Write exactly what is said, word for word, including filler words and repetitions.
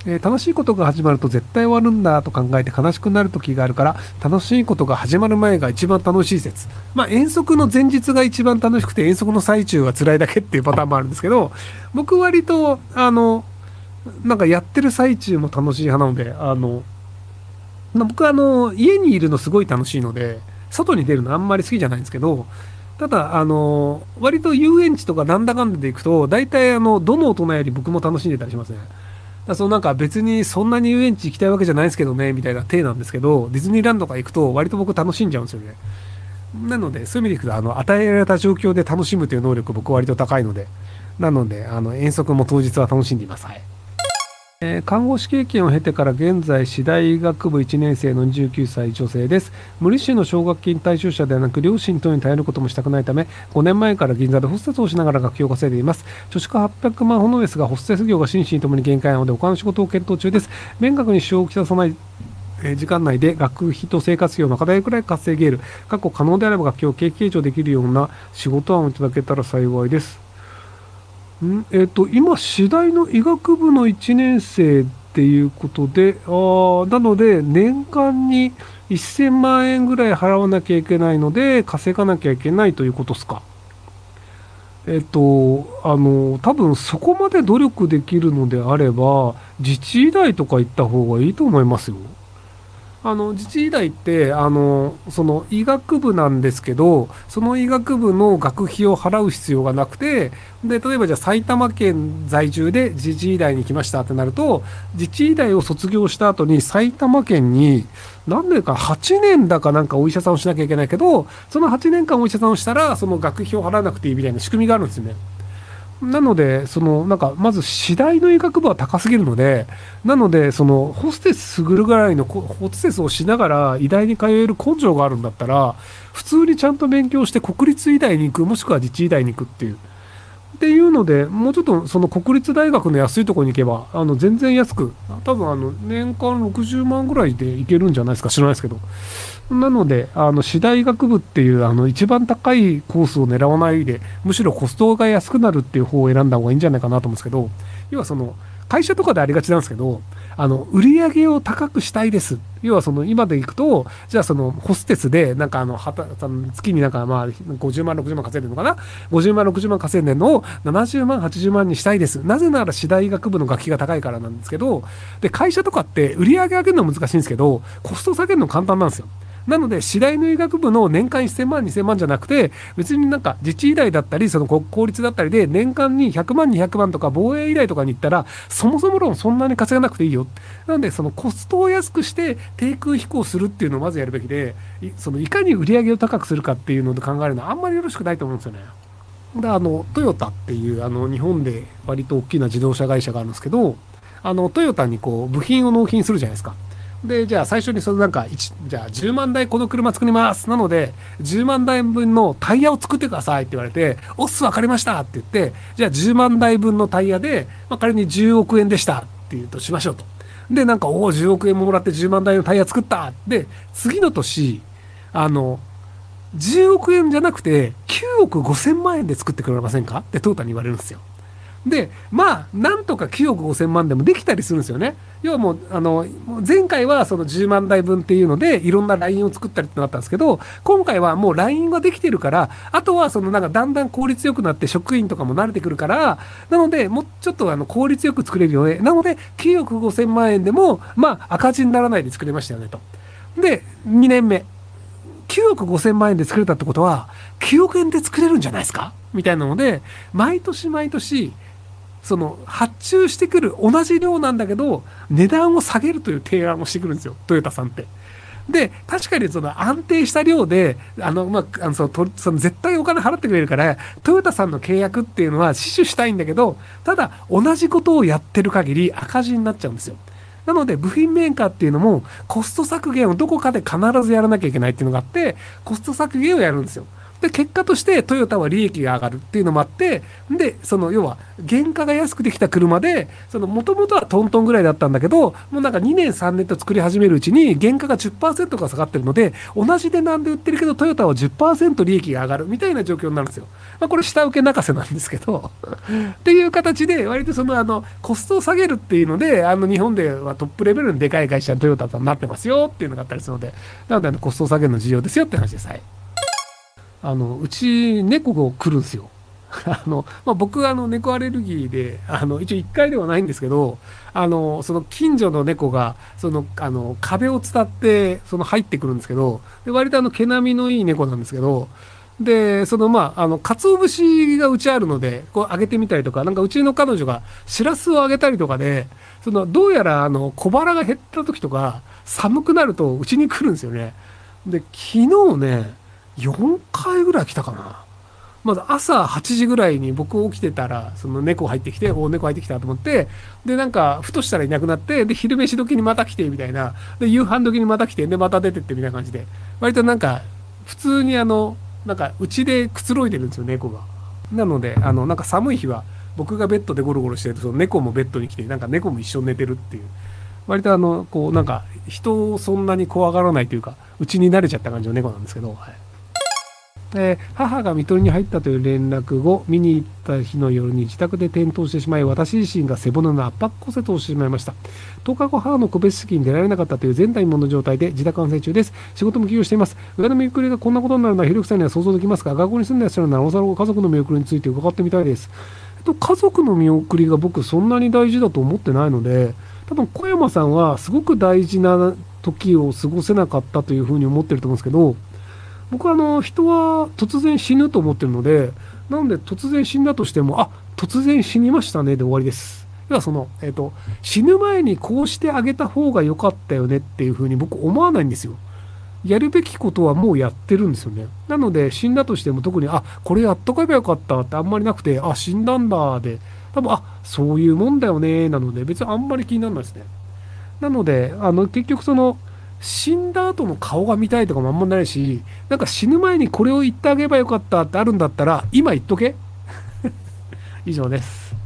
えー楽しいことが始まると絶対終わるんだと考えて悲しくなる時があるから、楽しいことが始まる前が一番楽しい説。まあ遠足の前日が一番楽しくて遠足の最中は辛いだけっていうパターンもあるんですけど、僕割とあのなんかやってる最中も楽しい派なので、あのまあ僕はあの家にいるのすごい楽しいので、外に出るのあんまり好きじゃないんですけど、ただあの割と遊園地とかなんだかんだで行くと大体あのどの大人より僕も楽しんでたりしますね。だからそのなんか別にそんなに遊園地行きたいわけじゃないですけどねみたいな体なんですけど、ディズニーランドとか行くと割と僕楽しんじゃうんですよね。なのでそういう意味でいくとあの与えられた状況で楽しむという能力僕割と高いので、なのであの遠足も当日は楽しんでいます。はい。えー看護師経験を経てから現在私大医学部いちねん生のにじゅうきゅうさい女性です。無利子の奨学金対象者ではなく両親等に頼ることもしたくないためごねんまえから銀座でホステスをしながら学費を稼いでいます。貯蓄はっぴゃくまんほどですがホステス業が心身ともに限界なので他の仕事を検討中です。勉学に支障をきたさないえー時間内で学費と生活費を賄えるくらい稼げる、過去可能であれば学費を経験上できるような仕事案をいただけたら幸いです。んえっと、今、私大の医学部のいちねん生っていうことで、あーなので、年間にせんまん円ぐらい払わなきゃいけないので、稼がなきゃいけないということですか。えっと、あの、多分そこまで努力できるのであれば、自治医大とか行った方がいいと思いますよ。あの自治医大ってあのその医学部なんですけど、その医学部の学費を払う必要がなくて、で例えばじゃあ埼玉県在住で自治医大に来ましたってなると、自治医大を卒業した後に埼玉県に何年かはちねんだかなんかお医者さんをしなきゃいけないけど、そのはちねんかんお医者さんをしたらその学費を払わなくていいみたいな仕組みがあるんですよね。なので、その、なんか、まず、私大の医学部は高すぎるので、なので、その、ホステスすぐるぐらいのこホステスをしながら医大に通える根性があるんだったら、普通にちゃんと勉強して国立医大に行く、もしくは自治医大に行くっていう。っていうので、もうちょっとその国立大学の安いところに行けば、あの全然安く、多分あの年間ろくじゅうまんぐらいで行けるんじゃないですか、知らないですけど。なので、あの私大医学部っていうあの一番高いコースを狙わないで、むしろコストが安くなるっていう方を選んだ方がいいんじゃないかなと思うんですけど、要はその会社とかでありがちなんですけど、あの売り上げを高くしたいです。要はその今で行くと、じゃあそのホステスでなんかあのはたあの月になんかまあごじゅうまんろくじゅうまん稼いでるのかな、ごじゅうまんろくじゅうまん稼いでるのをななじゅうまんはちじゅうまんにしたいです。なぜなら私大医学部の学費が高いからなんですけど、で会社とかって売り上げ上げるのは難しいんですけど、コスト下げるの簡単なんですよ。なので、私大の医学部の年間せんまん、にせんまんじゃなくて、別になんか自治医大だったり、その国公立だったりで、年間にひゃくまん、にひゃくまんとか防衛医大とかに行ったら、そもそも論そんなに稼がなくていいよ。なので、そのコストを安くして低空飛行するっていうのをまずやるべきで、いそのいかに売り上げを高くするかっていうので考えるのはあんまりよろしくないと思うんですよね。で、あの、トヨタっていう、あの、日本で割と大きな自動車会社があるんですけど、あの、トヨタにこう、部品を納品するじゃないですか。で、じゃあ最初にそのなんか、じゃあじゅうまんだいこの車作ります。なので、じゅうまんだいぶんのタイヤを作ってくださいって言われて、おっす、わかりましたって言って、じゃあじゅうまんだいぶんのタイヤで、まあ、仮にじゅうおくえんでしたって言うとしましょうと。で、なんか、おお、じゅうおくえんももらってじゅうまんだいのタイヤ作った。で、次の年、あの、じゅうおくえんじゃなくて、きゅうおくごせんまん円で作ってくれませんかってトヨタに言われるんですよ。で、まあ、なんとかきゅうおくごせんまんでもできたりするんですよね。要はもう、あの、前回はそのじゅうまんだいぶんっていうので、いろんなラインを作ったりってなったんですけど、今回はもうラインができてるから、あとはそのなんかだんだん効率よくなって職員とかも慣れてくるから、なので、もうちょっとあの効率よく作れるよね。なので、きゅうおくごせんまん円でも、まあ、赤字にならないで作れましたよねと。で、にねんめ。きゅうおくごせんまん円で作れたってことは、きゅうおくえんで作れるんじゃないですかみたいなので、毎年毎年、その発注してくる同じ量なんだけど値段を下げるという提案をしてくるんですよ、トヨタさんって。で、確かにその安定した量で、あの、まあ、あのそのとその絶対お金払ってくれるから、トヨタさんの契約っていうのは死守したいんだけど、ただ同じことをやってる限り赤字になっちゃうんですよ。なので部品メーカーっていうのもコスト削減をどこかで必ずやらなきゃいけないっていうのがあって、コスト削減をやるんですよ。 で結果としてトヨタは利益が上がるっていうのもあって、でその要は原価が安くできた車で、その元々はトントンぐらいだったんだけど、もうなんかにねんさんねんと作り始めるうちに原価が じゅっパーセント が下がってるので、同じ値段で売ってるけどトヨタは じゅっパーセント 利益が上がるみたいな状況になるんですよ。まあ、これ下請け泣かせなんですけどっていう形で割とそのあのコストを下げるっていうので、あの日本ではトップレベルのでかい会社のトヨタとなってますよっていうのがあったりするので、なのであのコストを下げるの重要ですよって話です。はい。あのうち猫が来るんですよ。あの、まあ、僕はあの猫アレルギーで、あの一応いっかいではないんですけど、あのその近所の猫がそのあの壁を伝ってその入ってくるんですけど、で割とあの毛並みのいい猫なんですけど、でそのまああの鰹節がうちあるのでこうあげてみたりとか、なんかうちの彼女がしらすをあげたりとかで、そのどうやらあの小腹が減った時とか寒くなるとうちに来るんですよね。で昨日ねよんかいぐらい来たかな。まず朝はちじぐらいに僕起きてたら、その猫入ってきて、お猫入ってきたと思って、で、なんか、ふとしたらいなくなって、で、昼飯時にまた来て、みたいな。で、夕飯時にまた来て、で、また出てって、みたいな感じで。割となんか、普通にあの、なんか、うちでくつろいでるんですよ、猫が。なので、あの、なんか寒い日は、僕がベッドでゴロゴロしてると、その猫もベッドに来て、なんか猫も一緒に寝てるっていう。割とあの、こう、なんか、人をそんなに怖がらないというか、うちに慣れちゃった感じの猫なんですけど、はい。えー母が看取りに入ったという連絡後、見に行った日の夜に自宅で転倒してしまい、私自身が背骨の圧迫骨折をしてしまいました。とおかご、母の個別式に出られなかったという前代未聞の状態で自宅完成中です。仕事も休業しています。親の見送りがこんなことになるのはひろゆきさんには想像できますが、学校に住んでいらっしゃるなら、おさら家族の見送りについて伺ってみたいです。えっと、家族の見送りが僕そんなに大事だと思ってないので、多分小山さんはすごく大事な時を過ごせなかったというふうに思ってると思うんですけど、僕はあの人は突然死ぬと思ってるので、なので突然死んだとしても、あ、突然死にましたねで終わりです。要はその、えっと、死ぬ前にこうしてあげた方が良かったよねっていうふうに僕思わないんですよ。やるべきことはもうやってるんですよね。なので死んだとしても特に、あ、これやっとけばよかったってあんまりなくて、あ、死んだんだで、多分、あ、そういうもんだよねなので別にあんまり気にならないですね。なので、あの、結局その、死んだ後の顔が見たいとかもあんまないし、なんか死ぬ前にこれを言ってあげればよかったってあるんだったら、今言っとけ。以上です。